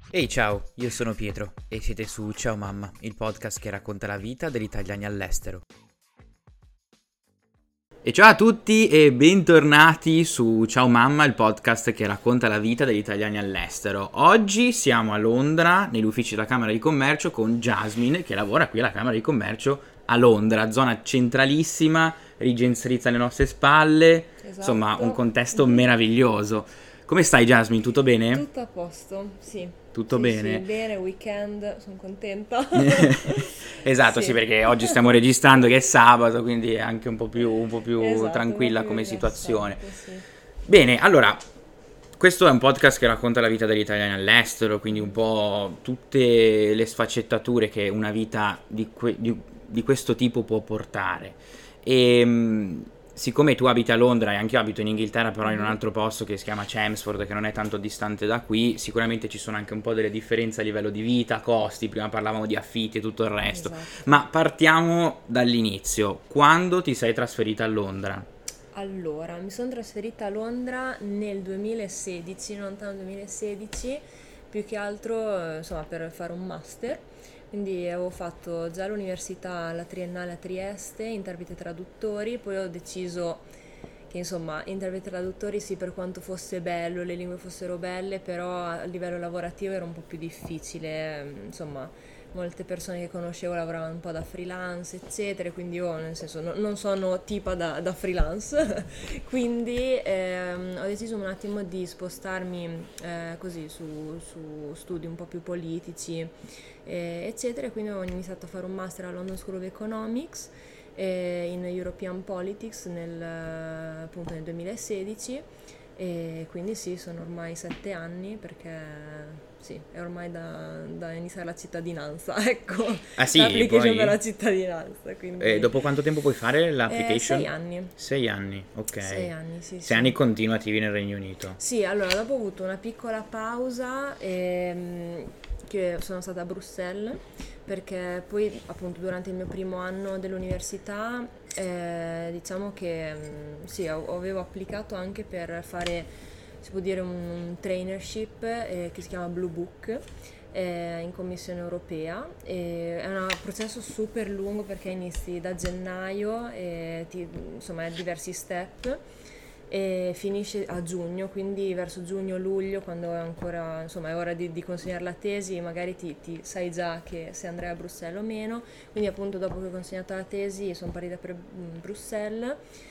Ehi ciao, io sono Pietro e siete su Ciao Mamma, il podcast che racconta la vita degli italiani all'estero. E ciao a tutti e bentornati su Ciao Mamma, il podcast che racconta la vita degli italiani all'estero. Oggi siamo a Londra, negli uffici della Camera di Commercio, con Jasmine, che lavora qui alla Camera di Commercio a Londra, zona centralissima, Regent Street alle nostre spalle, Esatto. insomma un contesto meraviglioso. Come stai Jasmine, tutto bene? Tutto a posto, sì. Tutto Sì, bene? sì, bene, weekend, sono contenta. Esatto, sì, Sì. perché oggi stiamo registrando che è sabato, quindi è anche un po' più Esatto, tranquilla proprio come situazione. rilassante, sì. Bene, allora, questo è un podcast che racconta la vita degli italiani all'estero, quindi un po' tutte le sfaccettature che una vita di questo tipo può portare. E siccome tu abiti a Londra e anche io abito in Inghilterra, però in un altro posto che si chiama Chelmsford, che non è tanto distante da qui, sicuramente ci sono anche un po' delle differenze a livello di vita, costi, prima parlavamo di affitti e tutto il resto. Esatto. Ma partiamo dall'inizio. Quando ti sei trasferita a Londra? Allora, mi sono trasferita a Londra nel 2016, lontano 2016, più che altro, insomma, per fare un master. Quindi avevo fatto già l'università, la triennale a Trieste, interpreti e traduttori, poi ho deciso che insomma interpreti e traduttori sì, per quanto fosse bello, le lingue fossero belle, però a livello lavorativo era un po' più difficile, insomma molte persone che conoscevo lavoravano un po' da freelance eccetera, quindi io nel senso non sono tipa da freelance, quindi ho deciso un attimo di spostarmi così su studi un po' più politici eccetera, quindi ho iniziato a fare un master alla London School of Economics in European Politics appunto nel 2016 e quindi sì, sono ormai 7 anni perché sì, è ormai da iniziare la cittadinanza, ecco, Ah sì, l'application per poi? la cittadinanza, quindi Dopo quanto tempo puoi fare l'application? 6 anni, 6 anni, ok. 6 anni, sì, 6 anni sì. continuativi nel Regno Unito. Sì, allora dopo ho avuto una piccola pausa che sono stata a Bruxelles perché poi appunto durante il mio primo anno dell'università diciamo che sì, avevo applicato anche per fare, si può dire, un traineeship che si chiama Blue Book in Commissione Europea è un processo super lungo perché inizi da gennaio e insomma hai diversi step e finisce a giugno, quindi verso giugno-luglio, quando è ancora insomma è ora di consegnare la tesi, magari ti sai già che se andrai a Bruxelles o meno, quindi appunto dopo che ho consegnato la tesi sono partita per Bruxelles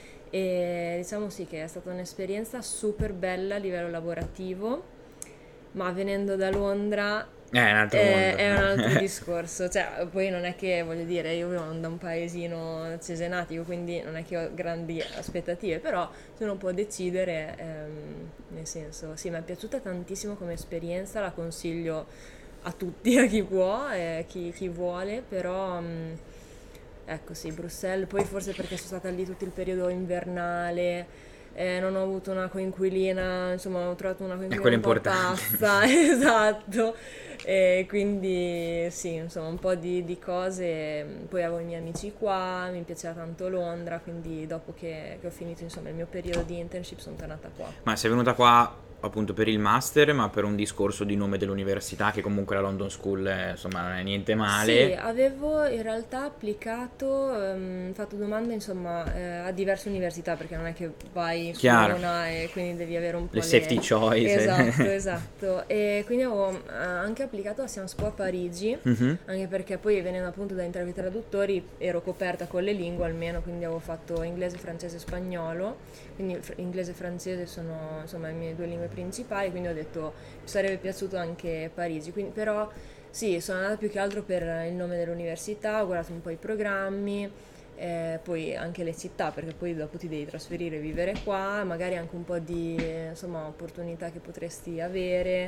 e diciamo sì che è stata un'esperienza super bella a livello lavorativo, ma venendo da Londra È un altro mondo. è un altro discorso, cioè poi non è che voglio dire, io vengo da un paesino cesenatico, quindi non è che ho grandi aspettative, però se uno può decidere, nel senso, sì, mi è piaciuta tantissimo come esperienza, la consiglio a tutti, a chi può e chi vuole, però ecco sì, Bruxelles, poi forse perché sono stata lì tutto il periodo invernale, non ho avuto una coinquilina, insomma ho trovato una È coinquilina quello un po' importante. pazza, esatto, e quindi sì, insomma un po' di cose, poi avevo i miei amici qua, mi piaceva tanto Londra, quindi dopo che ho finito insomma il mio periodo di internship sono tornata qua. Ma sei venuta qua appunto per il master, ma per un discorso di nome dell'università, che comunque la London School, insomma, non è niente Sì, male. avevo in realtà applicato, fatto domande insomma a diverse università perché non è che vai su Chiaro, una e quindi devi avere un po' le safety Esatto, choice. esatto. E quindi avevo anche applicato a Sciences Po a Parigi, Mhm. anche perché poi venendo appunto da interpreti traduttori ero coperta con le lingue almeno, quindi avevo fatto inglese, francese e spagnolo, quindi inglese e francese sono insomma le mie due lingue principali, quindi ho detto mi sarebbe piaciuto anche Parigi, però sì, sono andata più che altro per il nome dell'università, ho guardato un po' i programmi, poi anche le città, perché poi dopo ti devi trasferire e vivere qua, magari anche un po' di insomma, opportunità che potresti avere.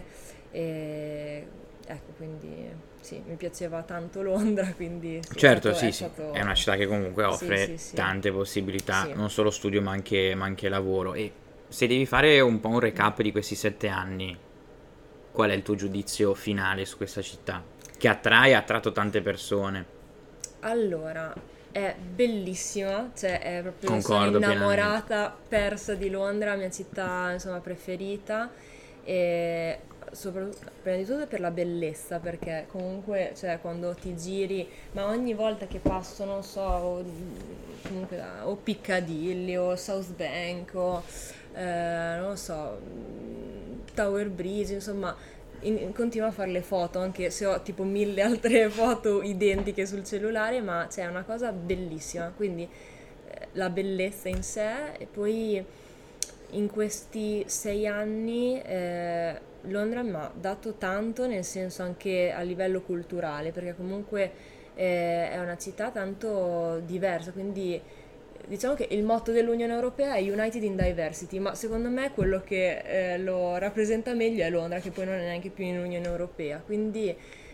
E, ecco, quindi sì, mi piaceva tanto Londra, quindi sì, Certo, è sì, sì, è una stato... città che comunque Sì, offre sì, sì, tante possibilità, sì. non solo studio ma anche lavoro. E se devi fare un po' un recap di questi 7 anni, qual è il tuo giudizio finale su questa città? Che attrae e ha attratto tante persone. Allora, è bellissima, cioè è proprio, sono Concordo pienamente. innamorata, persa di Londra, mia città insomma preferita. E prima di tutto per la bellezza, perché comunque, cioè, quando ti giri, ma ogni volta che passo, non so, comunque o Piccadilly o South Bank o non lo so, Tower Bridge, insomma, continuo a fare le foto, anche se ho tipo 1000 altre foto identiche sul cellulare, ma c'è una cosa bellissima, quindi la bellezza in sé. E poi in questi 6 anni Londra mi ha dato tanto, nel senso anche a livello culturale, perché comunque è una città tanto diversa, quindi diciamo che il motto dell'Unione Europea è United in Diversity, ma secondo me quello che lo rappresenta meglio è Londra, che poi non è neanche più in Unione Europea, quindi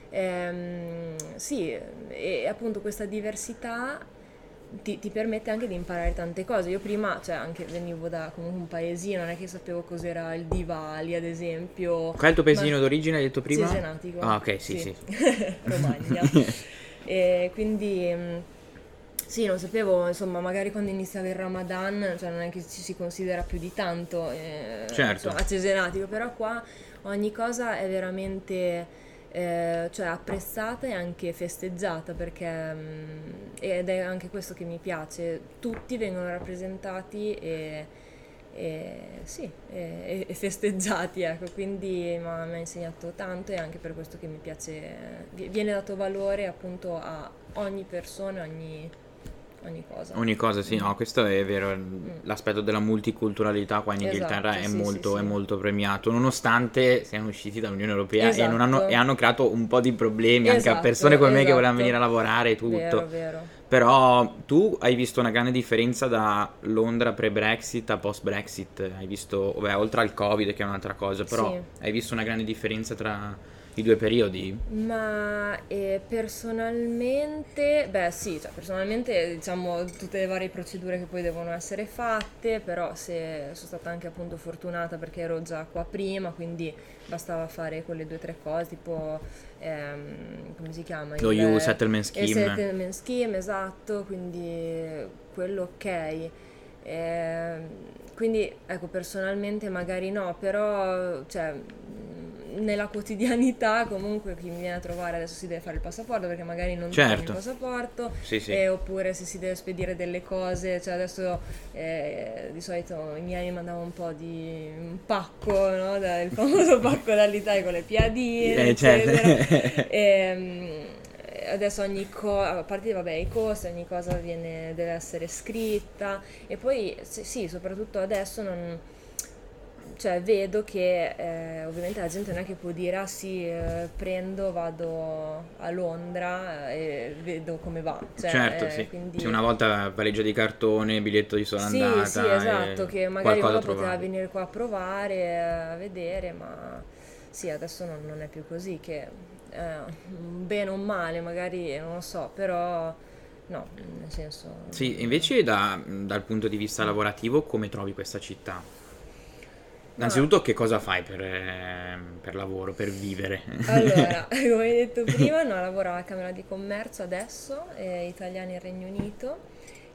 sì, e appunto questa diversità ti permette anche di imparare tante cose. Io prima, cioè, anche venivo da comunque un paesino, non è che sapevo cos'era il Divali, ad esempio. Qual è il tuo paesino d'origine, hai detto prima? Cesenatico. Ah, ok, sì. Romagna. E quindi sì, non sapevo, insomma, magari quando iniziava il Ramadan, cioè non è che ci si considera più di tanto Certo. insomma, a Cesenatico, però qua ogni cosa è veramente cioè apprezzata e anche festeggiata, perché ed è anche questo che mi piace, tutti vengono rappresentati sì, e festeggiati, ecco, quindi mi ha insegnato tanto, e anche per questo che mi piace, viene dato valore appunto a ogni persona, ogni cosa. Ogni cosa, sì, no, questo è vero. L'aspetto della multiculturalità qua in Inghilterra Esatto, è sì, molto, sì, è sì. molto premiato, nonostante siano usciti dall'Unione Europea Esatto. e hanno creato un po' di problemi anche a Esatto, persone come me che volevano esatto. venire a lavorare e tutto. Vero, vero. Però tu hai visto una grande differenza da Londra pre-Brexit a post-Brexit. Hai visto, vabbè, oltre al Covid che è un'altra cosa, però Sì. hai visto una grande differenza tra i due periodi? Ma personalmente, beh sì, cioè personalmente diciamo tutte le varie procedure che poi devono essere fatte, però se sono stata anche appunto fortunata perché ero già qua prima, quindi bastava fare quelle 2 o 3 cose, tipo come si chiama? Lo EU Settlement Il Scheme. settlement scheme, esatto, quindi quello ok. Quindi ecco, personalmente magari no, però cioè, nella quotidianità comunque chi mi viene a trovare adesso si deve fare il passaporto, perché magari non fanno il Certo. passaporto, Sì, sì. oppure se si deve spedire delle cose, cioè adesso di solito i miei mi mandavano un po' di un pacco, no? Il famoso pacco dall'Italia con le piadine, Certo. eccetera. Adesso a parte vabbè, i costi, ogni cosa deve essere scritta, e poi sì, soprattutto adesso cioè vedo che ovviamente la gente non è che può dire ah sì, vado a Londra e vedo come va, cioè, Certo, sì. quindi Sì, una volta valigia di cartone, biglietto di sola sì, andata sì, esatto, e che magari qualcosa uno poteva trovavi. venire qua a provare, a vedere, ma sì, adesso non è più così, che bene o male, magari non lo so, però no, nel senso. Sì, invece dal punto di vista lavorativo come trovi questa città? Ma Innanzitutto che cosa fai per lavoro, per vivere? allora, come hai detto prima, no, lavoro alla Camera di Commercio adesso, italiani e Regno Unito,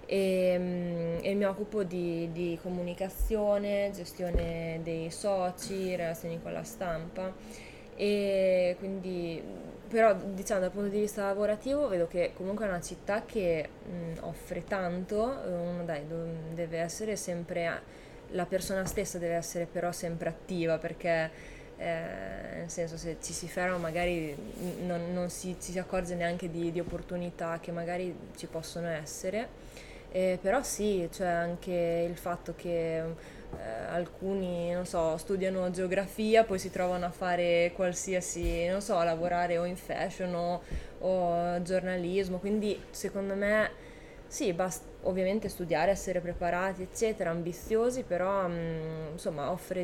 e mi occupo di comunicazione, gestione dei soci, relazioni con la stampa, e quindi, però diciamo dal punto di vista lavorativo vedo che comunque è una città che offre tanto, uno dai, deve essere sempre, la persona stessa deve essere però sempre attiva, perché nel senso, se ci si ferma magari non ci si accorge neanche di opportunità che magari ci possono essere, però sì, cioè anche il fatto che alcuni, non so, studiano geografia, poi si trovano a fare qualsiasi, non so, a lavorare o in fashion o giornalismo, quindi secondo me sì, basta ovviamente studiare, essere preparati, eccetera, ambiziosi, però insomma offre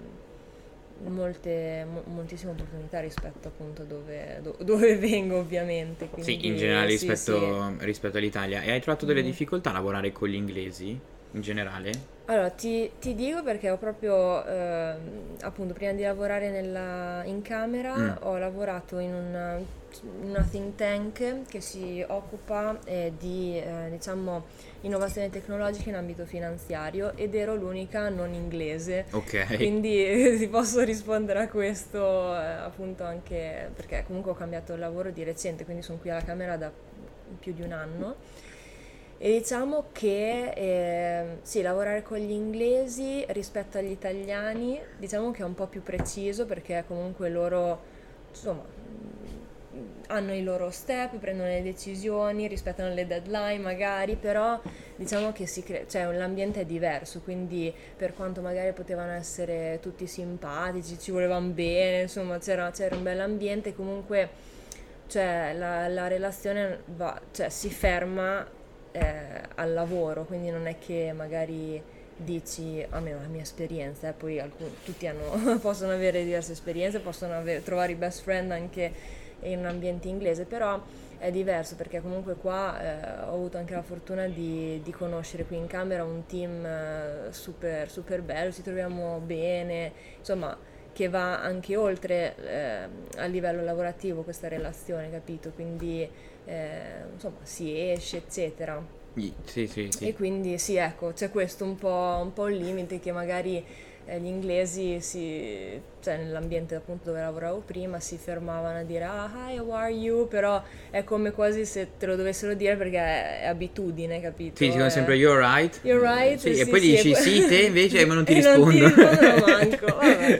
moltissime opportunità rispetto appunto dove vengo, ovviamente, Sì, in quindi generale sì, sì. rispetto all'Italia. E hai trovato delle difficoltà a lavorare con gli inglesi? in generale? Allora, ti dico perché ho proprio, appunto, prima di lavorare in camera, ho lavorato in una think tank che si occupa di, diciamo, innovazione tecnologica in ambito finanziario ed ero l'unica non inglese. Ok. Quindi ti posso rispondere a questo, appunto, anche perché comunque ho cambiato il lavoro di recente, quindi sono qui alla Camera da più di un anno. E diciamo che sì, lavorare con gli inglesi rispetto agli italiani, diciamo che è un po' più preciso perché comunque loro, insomma, hanno i loro step, prendono le decisioni, rispettano le deadline magari, però diciamo che cioè, l'ambiente è diverso, quindi per quanto magari potevano essere tutti simpatici, ci volevano bene, insomma c'era un bel ambiente, comunque cioè, la relazione cioè, si ferma al lavoro, quindi non è che magari dici, almeno la mia esperienza, poi tutti possono avere diverse esperienze, possono trovare i best friend anche in un ambiente inglese, però è diverso perché comunque qua ho avuto anche la fortuna di conoscere qui in Camera un team super, super bello, ci troviamo bene, insomma, che va anche oltre a livello lavorativo questa relazione, capito? Quindi insomma si esce, eccetera. Sì, sì, sì. E quindi sì, ecco, c'è questo un po' il limite che magari gli inglesi cioè nell'ambiente appunto dove lavoravo prima si fermavano a dire hi, how are you? Però è come quasi se te lo dovessero dire perché è abitudine, capito? Sì, dicono sempre you're right. You're right, sì, sì, e poi sì, dici sì, te invece ma non ti e non ti rispondo. rispondono manco, vabbè.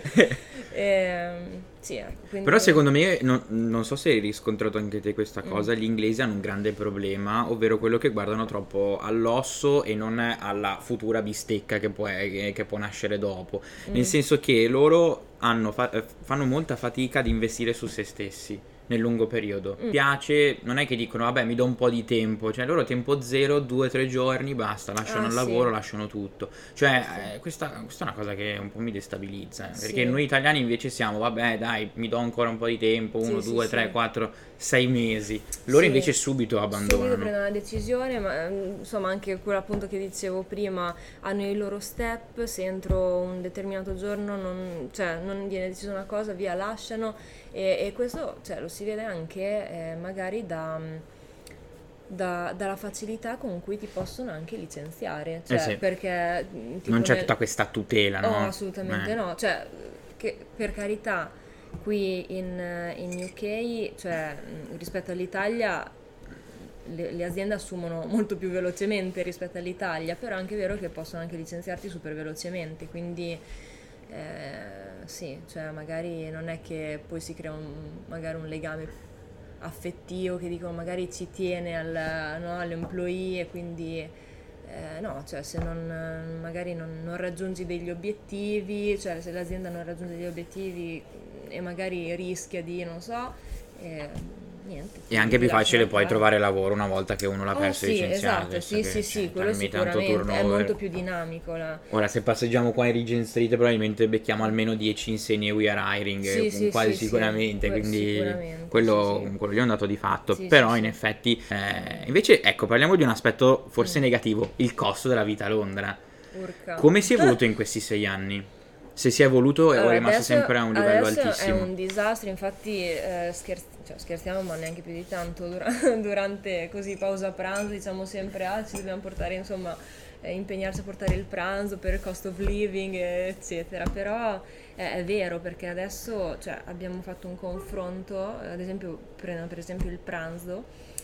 Sì, ecco, quindi... Però secondo me, non so se hai riscontrato anche te questa cosa, gli inglesi hanno un grande problema, ovvero quello che guardano troppo all'osso e non alla futura bistecca che può nascere dopo. Nel senso che loro fanno molta fatica ad investire su se stessi nel lungo periodo. Piace, non è che dicono vabbè mi do un po' di tempo, cioè loro tempo zero, 2 o 3 giorni, basta, lasciano il lavoro, sì. lasciano tutto. Cioè questa è una cosa che un po' mi destabilizza, perché Sì. noi italiani invece siamo vabbè dai mi do ancora un po' di tempo, 1, Sì, 2, sì, 3, sì. 4, 6 mesi. Loro Sì, invece subito subito abbandonano. prendono la decisione, ma insomma anche quello appunto che dicevo prima, hanno i loro step, se entro un determinato giorno cioè, non viene decisa una cosa, via, lasciano e questo cioè, lo si vede anche magari dalla facilità con cui ti possono anche licenziare, cioè Sì. perché tipo Non c'è tutta questa tutela, oh, no? assolutamente no, cioè che per carità qui in UK, cioè rispetto all'Italia le aziende assumono molto più velocemente rispetto all'Italia, però è anche vero che possono anche licenziarti super velocemente, quindi sì, cioè magari non è che poi si crea magari un legame affettivo che dicono magari ci tiene no, all'employee e quindi no, cioè se magari non raggiungi degli obiettivi, cioè se l'azienda non raggiunge degli obiettivi e magari rischia di, non so, niente. È anche più ti lasciano facile poi fare. trovare lavoro una volta che uno l'ha perso e Sì, licenziato. esatto, sì, sì, sì, quello sicuramente è molto più dinamico. Ora, se passeggiamo qua in Regent Street, probabilmente becchiamo almeno 10 insegne We Are Hiring, Sì, quasi sì, sicuramente, sì, quindi sicuramente, quello, sì, sì. quello lì è un dato di fatto. Sì, Però sì, in sì. effetti, invece, ecco, parliamo di un aspetto forse negativo, il costo della vita a Londra. Urca. Come si è evoluto in questi 6 anni? Se si è evoluto o è Allora, rimasto sempre a un livello adesso altissimo? è un disastro, infatti scherziamo ma neanche più di tanto durante così pausa pranzo diciamo sempre ci dobbiamo portare insomma impegnarsi a portare il pranzo per il cost of living eccetera, però è vero perché adesso cioè, abbiamo fatto un confronto, ad esempio prendo per esempio il pranzo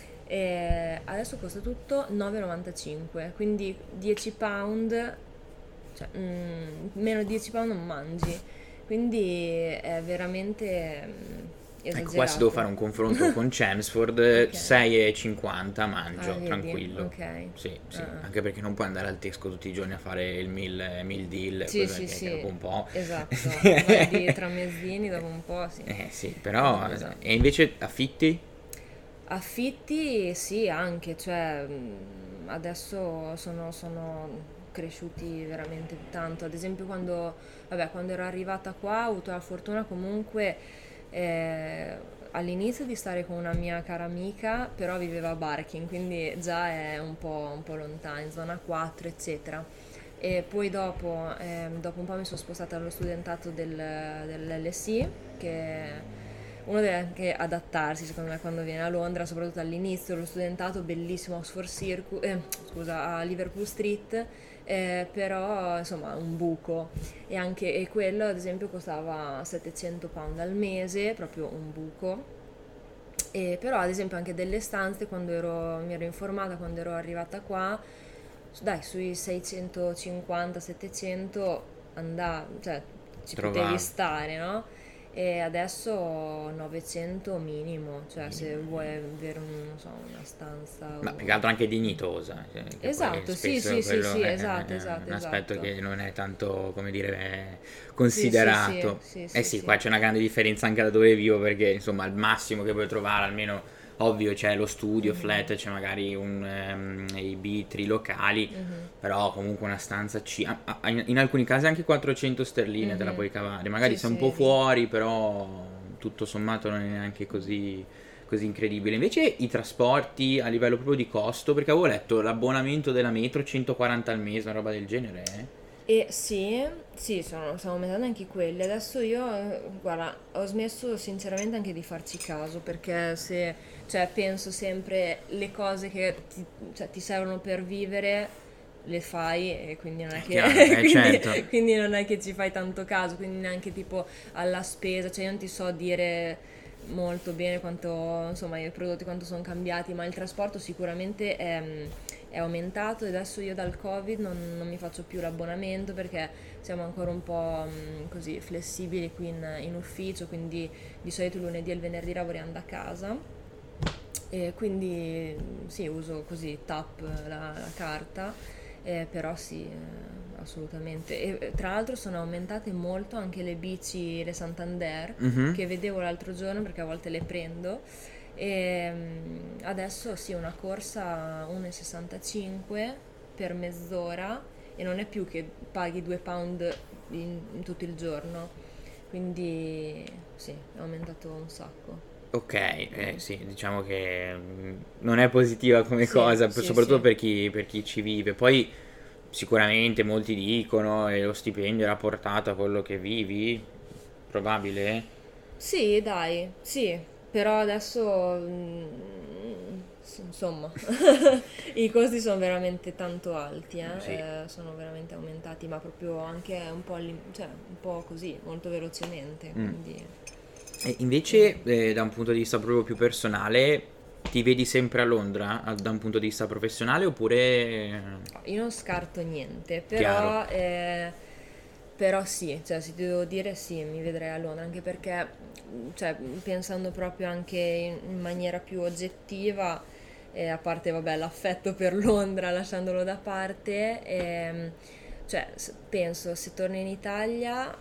e adesso costa tutto 9,95, quindi 10 pound, cioè, meno di 10 pound non mangi, quindi è veramente esagerato. Ecco, qua se devo fare un confronto con Chelmsford, Ok. 6,50 mangio, Vedi? tranquillo. Ok. Sì, anche perché non puoi andare al Tesco tutti i giorni a fare il meal deal, Sì, quello che dopo un po'. esatto, vai di tramezzini dopo un po', sì. Sì, però... Esatto. E invece affitti? Affitti sì, anche, cioè adesso sono cresciuti veramente tanto. Ad esempio quando ero arrivata qua ho avuto la fortuna comunque All'inizio di stare con una mia cara amica, però viveva a Barking, quindi già è un po' lontano, in zona 4, eccetera. E poi dopo un po' mi sono spostata allo studentato dell'LSI, che uno deve anche adattarsi secondo me quando viene a Londra, soprattutto all'inizio. Lo studentato bellissimo a scusa, a Liverpool Street, però insomma un buco. E quello ad esempio costava 700 pound al mese, proprio un buco. Però ad esempio anche delle stanze, mi ero informata quando ero arrivata qua, dai, sui 650-700 cioè ci potevi Trovavo. stare, no? E adesso 900 minimo, cioè se vuoi avere non so, una stanza Ma più che o... altro anche dignitosa, che poi Esatto, sì, spesso sì, sì, quello sì, è esatto, esatto, un aspetto esatto. che non è tanto, come dire, Sì, sì, sì, considerato. sì, Eh sì, sì, sì. qua c'è una grande differenza anche da dove vivo, perché insomma al massimo che puoi trovare, almeno ovvio c'è lo studio, Mhm, flat, c'è magari i B trilocali, mhm, però comunque una stanza in alcuni casi anche 400 sterline te la mhm. puoi cavare, magari Sì, sei sì, un po' vedi. fuori, però tutto sommato non è neanche così incredibile. Invece i trasporti a livello proprio di costo, perché avevo letto l'abbonamento della metro 140 al mese, una roba del genere, eh? E sì, sì, sono aumentando anche quelli. Adesso io, guarda, ho smesso sinceramente anche di farci caso perché cioè, penso sempre le cose che cioè, ti servono per vivere le fai e quindi non è È chiaro, che, certo. quindi non è che ci fai tanto caso, quindi neanche tipo alla spesa, cioè io non ti so dire molto bene quanto, insomma, i prodotti quanto sono cambiati, ma il trasporto sicuramente è aumentato e adesso io dal Covid non mi faccio più l'abbonamento perché siamo ancora un po' così flessibili qui in ufficio, quindi di solito il lunedì e il venerdì lavoriamo da casa e quindi sì, uso così tap la carta, però sì, assolutamente. E tra l'altro sono aumentate molto anche le bici, le Santander, Mhm. che vedevo l'altro giorno perché a volte le prendo. E adesso sì, una corsa 1,65 per mezz'ora e non è più che paghi 2 pound in tutto il giorno. Quindi sì, è aumentato un sacco. Ok, sì, diciamo che non è positiva come Sì, cosa, sì, soprattutto sì. per chi ci vive. Poi sicuramente molti dicono e lo stipendio è rapportato a quello che vivi, probabile? Sì, dai, sì, però adesso, insomma, i costi sono veramente tanto alti, Sì. sono veramente aumentati, ma proprio anche un po', cioè, un po' così, molto velocemente, Mm. quindi... E mm. invece, da un punto di vista proprio più personale, ti vedi sempre a Londra, da un punto di vista professionale, oppure Io non scarto niente, chiaro? però sì, cioè se ti devo dire sì, mi vedrei a Londra, anche perché, cioè, pensando proprio anche in maniera più oggettiva, a parte, vabbè, l'affetto per Londra, lasciandolo da parte, cioè, penso se torno in Italia,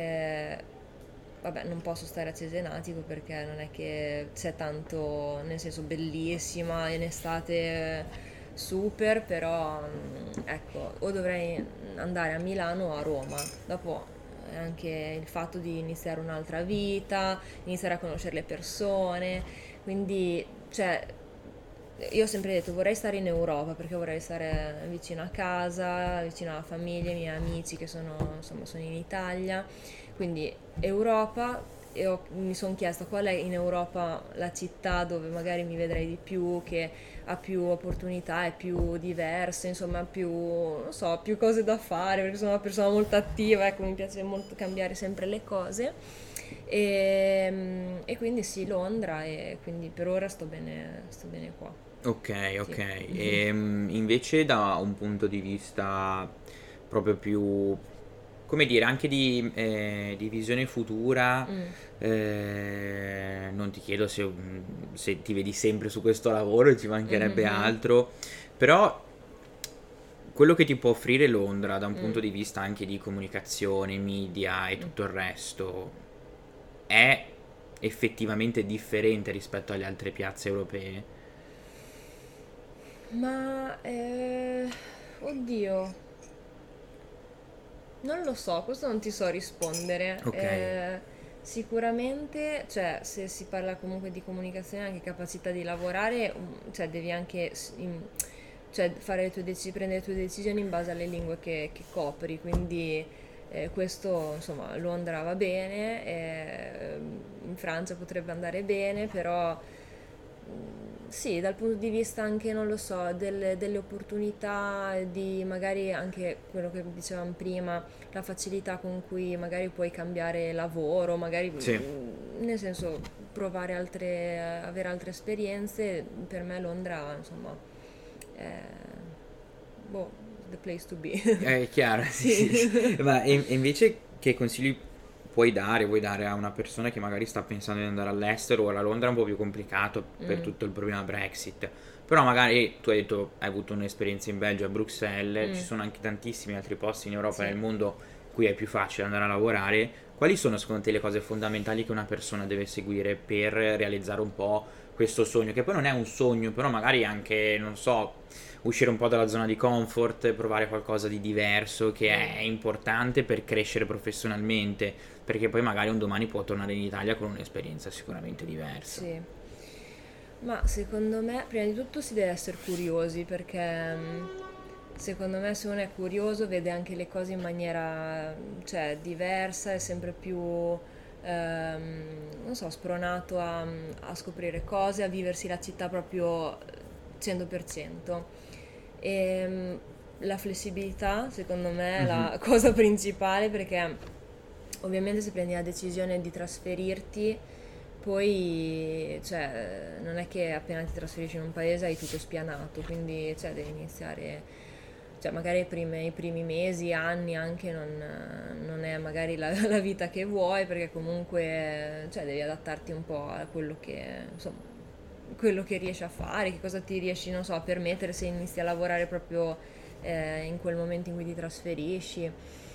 vabbè, non posso stare a Cesenatico perché non è che c'è tanto, nel senso bellissima, in estate super, però ecco, o dovrei andare a Milano o a Roma. Dopo anche il fatto di iniziare un'altra vita, iniziare a conoscere le persone, quindi cioè io ho sempre detto vorrei stare in Europa perché vorrei stare vicino a casa, vicino alla famiglia, ai miei amici che sono, insomma, sono in Italia, quindi Europa e mi sono chiesta qual è in Europa la città dove magari mi vedrei di più, che ha più opportunità, è più diversa, insomma, più, non so, più cose da fare, perché sono una persona molto attiva, ecco, mi piace molto cambiare sempre le cose. E quindi sì, Londra e quindi per ora sto bene qua. Ok, ok. Sì. Invece da un punto di vista proprio più, come dire, anche di visione futura, Mm, non ti chiedo se ti vedi sempre su questo lavoro, ci mancherebbe mhm, altro, però quello che ti può offrire Londra da un punto mm, di vista anche di comunicazione, media e mm. tutto il resto è effettivamente differente rispetto alle altre piazze europee? Ma oddio, non lo so, questo non ti so rispondere. Ok. Sicuramente, cioè, se si parla comunque di comunicazione, anche capacità di lavorare, cioè, devi anche cioè, fare prendere le tue decisioni in base alle lingue che copri, quindi questo, insomma, Londra va bene, in Francia potrebbe andare bene, però sì, dal punto di vista anche, non lo so, delle opportunità, di magari anche quello che dicevamo prima, la facilità con cui magari puoi cambiare lavoro, magari Sì. nel senso provare avere altre esperienze, per me Londra, insomma, è boh, the place to be. È chiaro, sì, sì, Sì. sì. Ma e invece che consigli vuoi dare a una persona che magari sta pensando di andare all'estero? Ora Londra è un po' più complicato per Mm, tutto il problema Brexit, però magari tu hai detto hai avuto un'esperienza in Belgio, a Bruxelles, ci mm, sono anche tantissimi altri posti in Europa e sì. nel mondo in cui è più facile andare a lavorare. Quali sono secondo te le cose fondamentali che una persona deve seguire per realizzare un po' questo sogno? Che poi non è un sogno, però magari anche, non so, uscire un po' dalla zona di comfort, provare qualcosa di diverso che Mm, è importante per crescere professionalmente, perché poi magari un domani può tornare in Italia con un'esperienza sicuramente diversa. sì. Ma secondo me, prima di tutto si deve essere curiosi perché secondo me se uno è curioso vede anche le cose in maniera, cioè, diversa, è sempre più, non so, spronato a scoprire cose, a viversi la città proprio 100%. E la flessibilità, secondo me, è Mhm. la cosa principale perché ovviamente se prendi la decisione di trasferirti, poi, cioè, non è che appena ti trasferisci in un paese hai tutto spianato, quindi, cioè, devi iniziare, cioè, magari i primi mesi, anni anche non è magari la vita che vuoi, perché comunque, cioè, devi adattarti un po' a quello che, insomma, quello che riesci a fare, che cosa ti riesci, non so, a permettere se inizi a lavorare proprio in quel momento in cui ti trasferisci.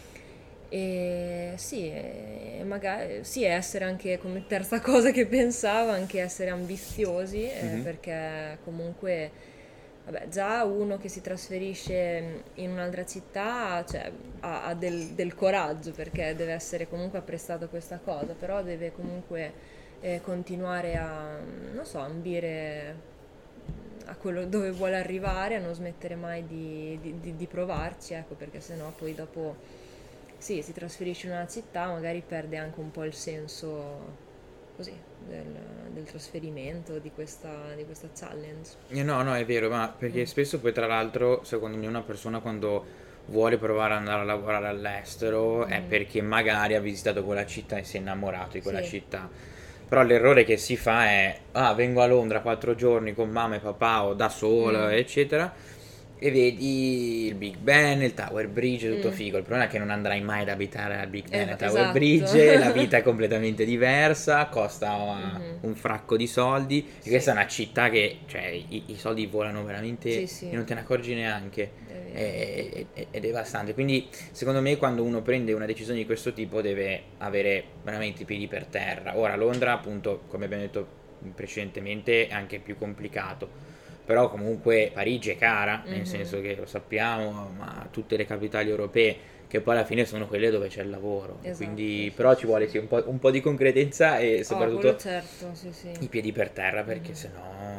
E sì, magari sì, essere anche come terza cosa che pensavo, anche essere ambiziosi, Mhm. perché comunque, vabbè, già uno che si trasferisce in un'altra città, cioè, ha del coraggio, perché deve essere comunque apprezzato questa cosa, però deve comunque continuare a, non so, ambire a quello dove vuole arrivare, a non smettere mai di provarci, ecco, perché sennò poi dopo sì, si trasferisce in una città, magari perde anche un po' il senso così del, del trasferimento, di questa challenge. No, no, è vero, ma perché Mm. spesso poi tra l'altro, secondo me, una persona quando vuole provare ad andare a lavorare all'estero è Mhm. perché magari ha visitato quella città e si è innamorato di quella Sì. città. Però l'errore che si fa è, vengo a Londra 4 giorni con mamma e papà o da sola, Mm. eccetera, e vedi il Big Ben, il Tower Bridge, tutto Mm. figo. Il problema è che non andrai mai ad abitare al Big Ben e al Tower Esatto. Bridge, la vita è completamente diversa, costa Mhm. un fracco di soldi. E Sì, questa è una città che, cioè, i soldi volano veramente sì, e sì, non te ne accorgi neanche. è vero. È devastante. Quindi, secondo me, quando uno prende una decisione di questo tipo, deve avere veramente i piedi per terra. Ora, Londra, appunto, come abbiamo detto precedentemente, è anche più complicato. Però comunque Parigi è cara, nel Mhm. senso che lo sappiamo, ma tutte le capitali europee che poi alla fine sono quelle dove c'è il lavoro. E Esatto, quindi, sì, però sì, ci vuole sì. sì, un po' di concretezza e Oh, quello soprattutto certo, sì, sì. i piedi per terra perché Mhm.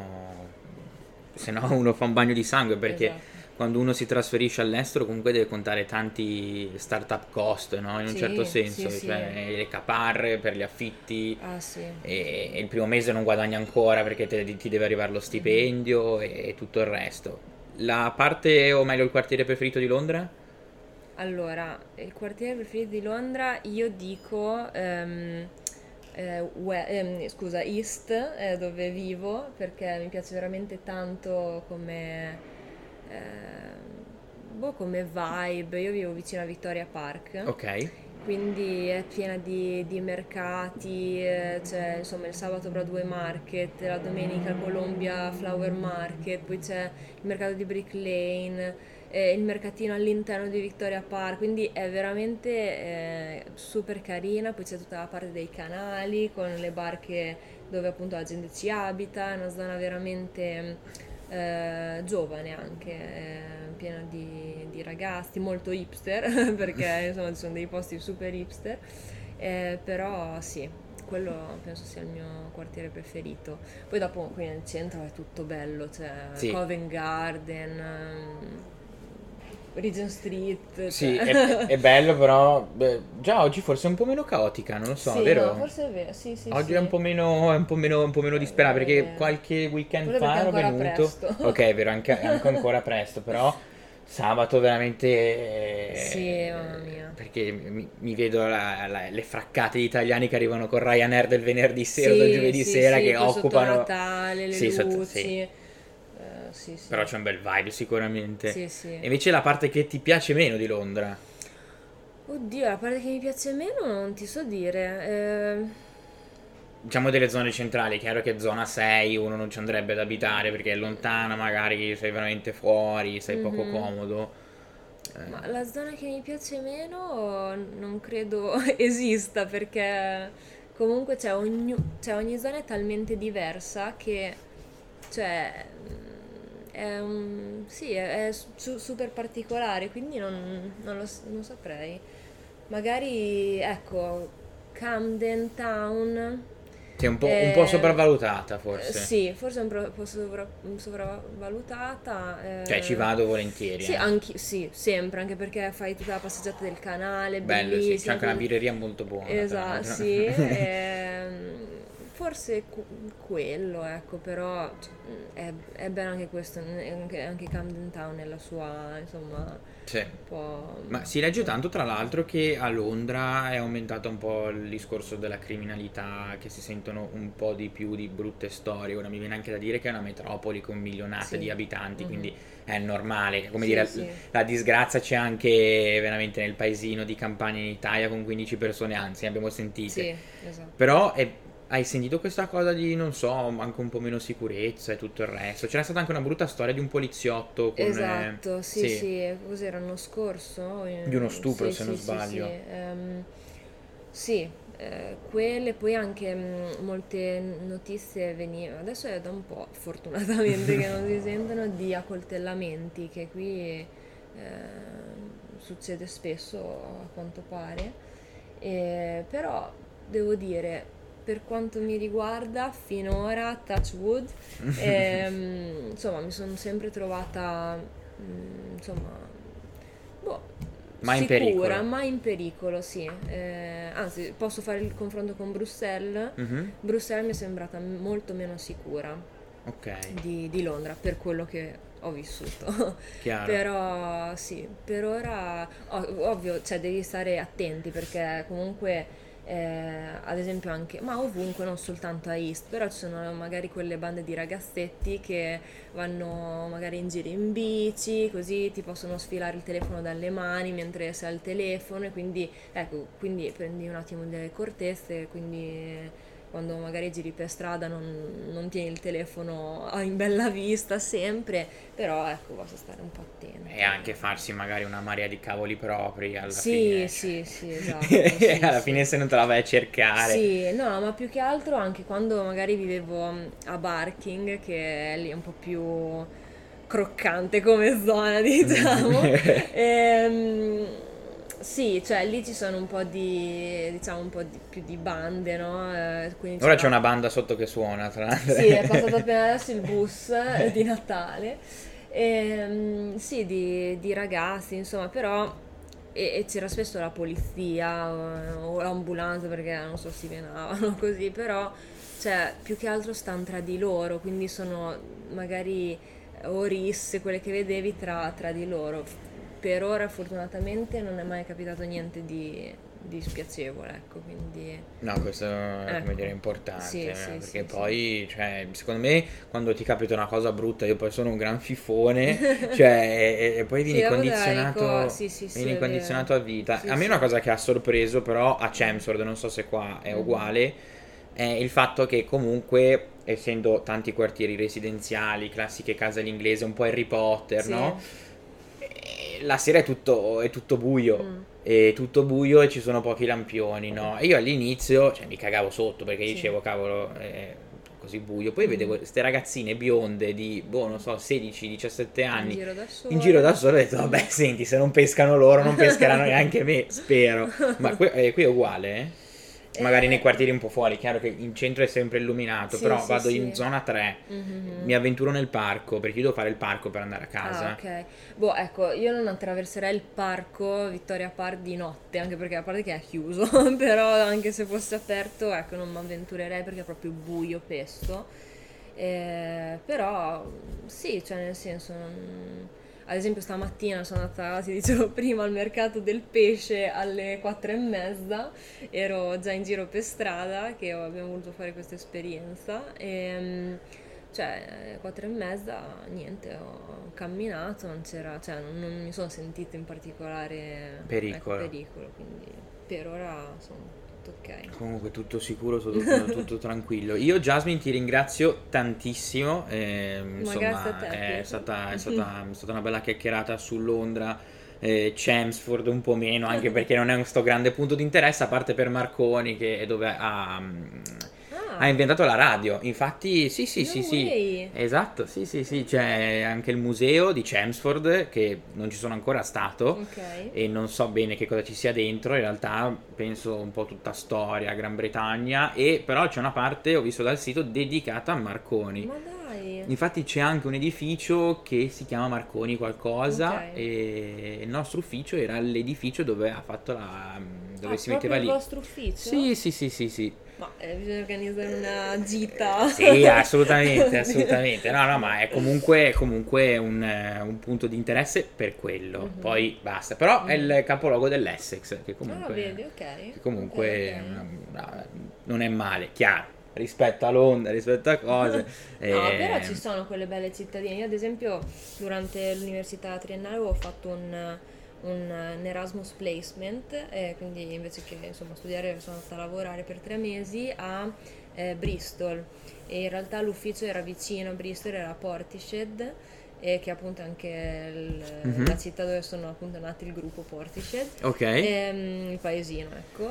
sennò uno fa un bagno di sangue perché Esatto. quando uno si trasferisce all'estero comunque deve contare tanti startup cost, no? In un certo Sì, sì, senso, sì. cioè le caparre per gli affitti Ah, sì. e il primo mese non guadagni ancora perché ti deve arrivare lo Mhm. stipendio e tutto il resto. La parte, o meglio il quartiere preferito di Londra? Allora, il quartiere preferito di Londra, io dico, scusa, East, dove vivo, perché mi piace veramente tanto come vibe. Io vivo vicino a Victoria Park, Ok. quindi è piena di mercati, c'è insomma il sabato Broadway Market, la domenica Columbia Flower Market, poi c'è il mercato di Brick Lane, il mercatino all'interno di Victoria Park, quindi è veramente super carina, poi c'è tutta la parte dei canali con le barche dove appunto la gente ci abita, è una zona veramente giovane anche, piena di ragazzi, molto hipster, perché insomma ci sono dei posti super hipster, però sì, quello penso sia il mio quartiere preferito. Poi dopo qui nel centro è tutto bello, c'è Sì. Covent Garden, Regent Street, Sì, cioè. è bello, però già oggi forse è un po' meno caotica, non lo so, Sì, vero? no, forse è vero, sì, sì, Oggi sì. è un po' meno È disperata vero, è perché vero. qualche weekend Forse perché fa è ero ancora venuto. presto. Ok, è vero, anche ancora presto, però sabato veramente. Sì, mamma mia. Perché mi vedo le fraccate di italiani che arrivano con Ryanair del venerdì sera o del Sì, giovedì sì, sera sì, che poi sotto occupano. Natale, le Sì, sì. luci. Sì, Però sì. c'è un bel vibe sicuramente. Sì, E sì. invece la parte che ti piace meno di Londra? Oddio, la parte che mi piace meno non ti so dire. Diciamo delle zone centrali, è chiaro che zona 6 uno non ci andrebbe ad abitare perché è lontana, magari sei veramente fuori, sei poco Mhm. comodo. Ma la zona che mi piace meno non credo esista perché comunque cioè, ogni zona è talmente diversa che cioè, sì, è super particolare, quindi non saprei. Magari, ecco, Camden Town. Sei un po' eh, sopravvalutata forse. sì, forse è un po' sopravvalutata. Cioè ci vado volentieri, Sì, eh. sì, sempre, anche perché fai tutta la passeggiata del canale, Bello, sì. C'è bellissima. anche una birreria molto buona, tra Esatto, l'altro. sì. Forse quello, ecco, però cioè, è bello anche questo, anche Camden Town nella sua, insomma, Sì. un po'. Ma si legge tanto tra l'altro che a Londra è aumentato un po' il discorso della criminalità, che si sentono un po' di più di brutte storie. Ora mi viene anche da dire che è una metropoli con milionate di Sì. abitanti, Mhm. quindi è normale. Come Sì, dire, sì, la disgrazia c'è anche veramente nel paesino di Campania in Italia con 15 persone, anzi, ne abbiamo sentite. sì, esatto. Però hai sentito questa cosa di, non so, anche un po' meno sicurezza e tutto il resto? C'era stata anche una brutta storia di un poliziotto con. Esatto, sì, Sì, sì, cos'era l'anno scorso? di uno stupro Sì, se non sì, sì, sì. sbaglio. Sì, quelle, poi anche molte notizie venivano, adesso è da un po', fortunatamente, che non si sentono, di accoltellamenti, che qui succede spesso a quanto pare. Però devo dire, per quanto mi riguarda, finora, touch wood, insomma, mi sono sempre trovata, insomma, boh, Ma in sicura, pericolo. ma in pericolo, sì. Anzi, posso fare il confronto con Bruxelles. Mhm. Bruxelles mi è sembrata molto meno sicura Ok, di Londra, per quello che ho vissuto. chiaro. Però sì, per ora, ovvio, cioè devi stare attenti perché comunque ad esempio anche, ma ovunque, non soltanto a East, però ci sono magari quelle bande di ragazzetti che vanno magari in giro in bici, così ti possono sfilare il telefono dalle mani mentre sei al telefono e quindi, ecco, quindi prendi un attimo delle cortezze, quindi quando magari giri per strada non tieni il telefono in bella vista sempre, però ecco, basta stare un po' E attenti. anche farsi magari una marea di cavoli propri alla Sì, fine, sì, sì, esatto, cioè. sì, Alla sì. fine se non te la vai a cercare. Sì, no, ma più che altro anche quando magari vivevo a Barking, che è lì un po' più croccante come zona, diciamo. Ehm, sì, cioè lì ci sono un po' di, diciamo, un po' più di bande, no? Quindi Ora c'è c'era. una banda sotto che suona, tra l'altro. Sì, è passato appena adesso il bus di Natale. Sì, di ragazzi, insomma, però. E c'era spesso la polizia o l'ambulanza perché non so, si venavano così, però, cioè, più che altro stanno tra di loro, quindi sono magari o risse, quelle che vedevi tra di loro. Per ora, fortunatamente, non è mai capitato niente di spiacevole, ecco, quindi. No, questo è come dire Ecco, importante, sì, sì, perché sì, sì. poi, cioè, secondo me, quando ti capita una cosa brutta, io poi sono un gran fifone, cioè, e poi Sì, dopo te la condizionato, sì, sì, sì, vieni è vero. condizionato a vita. Sì, A me sì. una cosa che ha sorpreso, però, a Chelmsford, non so se qua è Mhm. uguale, è il fatto che comunque, essendo tanti quartieri residenziali, classiche case all'inglese, un po' Harry Potter, Sì. no? La sera è tutto buio. Mm, È tutto buio e ci sono pochi lampioni, no? E io all'inizio, cioè, mi cagavo sotto perché sì. dicevo, cavolo, è così buio. Poi vedevo Mhm. queste ragazzine bionde di, boh, non so, 16-17 In anni giro da in giro sole. da solo. E ho detto, vabbè, senti, se non pescano loro, non pescheranno neanche me, spero. Ma qui è uguale, eh? magari nei quartieri un po' fuori, chiaro che in centro è sempre illuminato, Sì, però sì, vado sì. in zona 3, Mhm. mi avventuro nel parco, perché io devo fare il parco per andare a casa. Ah, ok. Boh, ecco, io non attraverserei il parco Vittoria Park di notte, anche perché a parte che è chiuso, però anche se fosse aperto, ecco, non mi avventurerei perché è proprio buio pesto. Però sì, cioè nel senso, ad esempio stamattina sono andata, ti dicevo prima, al mercato del pesce alle 4:30, ero già in giro per strada che abbiamo voluto fare questa esperienza cioè 4:30, niente, ho camminato, non c'era, cioè non mi sono sentita in particolare, ecco, Pericolo. pericolo, quindi per ora sono tutto ok. Comunque tutto sicuro, tutto tranquillo. Io Jasmine ti ringrazio tantissimo, Ma grazie a insomma te, è Pietro. stata una bella chiacchierata su Londra, Chelmsford un po' meno, anche perché non è sto grande punto di interesse, a parte per Marconi che è dove ha Ah, inventato la radio. Infatti sì sì no sì sì, way! esatto, sì sì sì, c'è anche il museo di Chelmsford che non ci sono ancora stato Ok. e non so bene che cosa ci sia dentro, in realtà penso un po' tutta storia, Gran Bretagna, e però c'è una parte, ho visto dal sito, dedicata a Marconi. Ma dai! Infatti c'è anche un edificio che si chiama Marconi Ok. qualcosa e il nostro ufficio era l'edificio dove ha fatto Ah, dove si proprio metteva il lì. vostro ufficio? Sì, sì, sì, sì, sì. Ma bisogna organizzare una gita. Sì, assolutamente, assolutamente. No, no, ma è comunque un punto di interesse per quello. Mhm, Poi basta. Però è mhm. il capoluogo dell'Essex, che Ah, comunque, vedi, ok. che Ok, comunque ok. non è male, chiaro. Rispetto a Londra, rispetto a cose. No, però eh, ci sono quelle belle cittadine. Io, ad esempio, durante l'università triennale avevo fatto un Erasmus placement, quindi invece che insomma studiare sono andata a lavorare per 3 mesi a Bristol. E in realtà l'ufficio era vicino a Bristol, era a Portishead, che è appunto anche la mhm. città dove sono appunto nati il gruppo Portishead. Ok. Il paesino, ecco,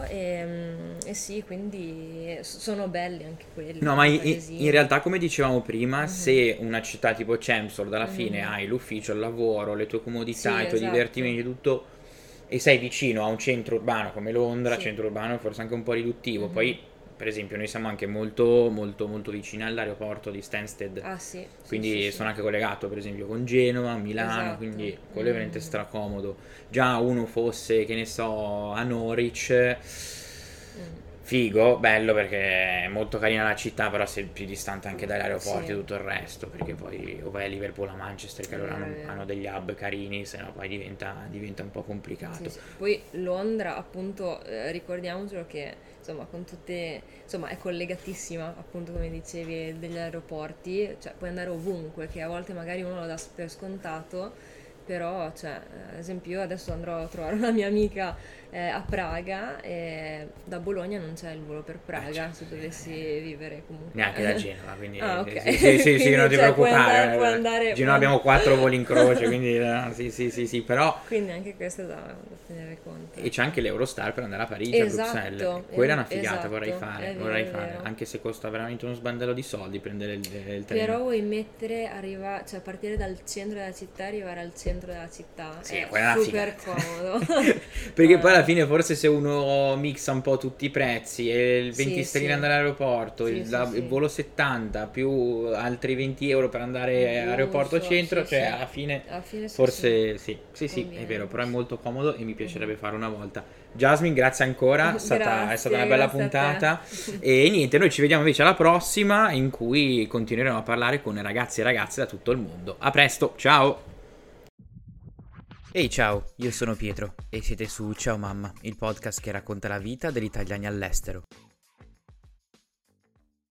e sì, quindi sono belli anche quelli, No, ma i in paesini. realtà, come dicevamo prima, Mhm, se una città tipo Chelmsford alla fine mhm. hai l'ufficio, il lavoro, le tue comodità, Sì, i tuoi esatto. divertimenti, tutto, e sei vicino a un centro urbano come Londra, Sì. centro urbano forse anche un po' riduttivo. Mhm. Poi, per esempio, noi siamo anche molto, molto, molto vicini all'aeroporto di Stansted, Ah, sì, sì, sì, quindi sì. sono anche collegato, per esempio, con Genova, Milano, Esatto. quindi quello è veramente Mhm, stracomodo. Già uno fosse, che ne so, a Norwich. mm. Figo, bello perché è molto carina la città, però sei più distante anche dagli Sì, aeroporti e tutto il resto, perché poi o vai a Liverpool o a Manchester, che è allora vero, è hanno vero. degli hub carini, se no poi diventa un po' Sì, complicato. sì. Poi Londra, appunto, ricordiamocelo che insomma, con tutte, insomma, è collegatissima, appunto, come dicevi, degli aeroporti, cioè puoi andare ovunque, che a volte magari uno lo dà per scontato, però, cioè, ad esempio, io adesso andrò a trovare una mia amica a Praga e da Bologna non c'è il volo per Praga Certo, se sì, dovessi vivere neanche da comunque. Genova, quindi Ah, sì, sì, ok. sì, sì, non Quindi, ti cioè, puoi preoccupare. andare, Genova abbiamo 4 voli in croce, quindi sì, sì, sì, sì, però. quindi anche questo è da tenere conto, E c'è ecco. anche l'Eurostar per andare a Parigi, a Bruxelles. E Esatto, quella è una figata, esatto, vorrei è fare, vero. anche se costa veramente uno sbandello di soldi prendere il Però treno. vuoi cioè partire dal centro della città e arrivare al centro della città Sì, è quella è una super figata. comodo. Perché poi alla Eh, fine forse se uno mixa un po' tutti i prezzi e il 20 sì, sterline sì, andare all'aeroporto, sì, sì, il sì. volo 70 più altri 20 euro per Il andare aeroporto bus, centro, sì, cioè sì. alla fine Alla fine sì, sì, forse sì, sì, sì, è conviene vero, però è forse. molto comodo e mi Mhm. piacerebbe fare una volta. Jasmine, grazie ancora, è stata una Grazie, bella grazie a te. puntata e niente, noi ci vediamo invece alla prossima in cui continueremo a parlare con ragazzi e ragazze da tutto il mondo. A presto, ciao! Ehi ciao, io sono Pietro e siete su Ciao Mamma, il podcast che racconta la vita degli italiani all'estero.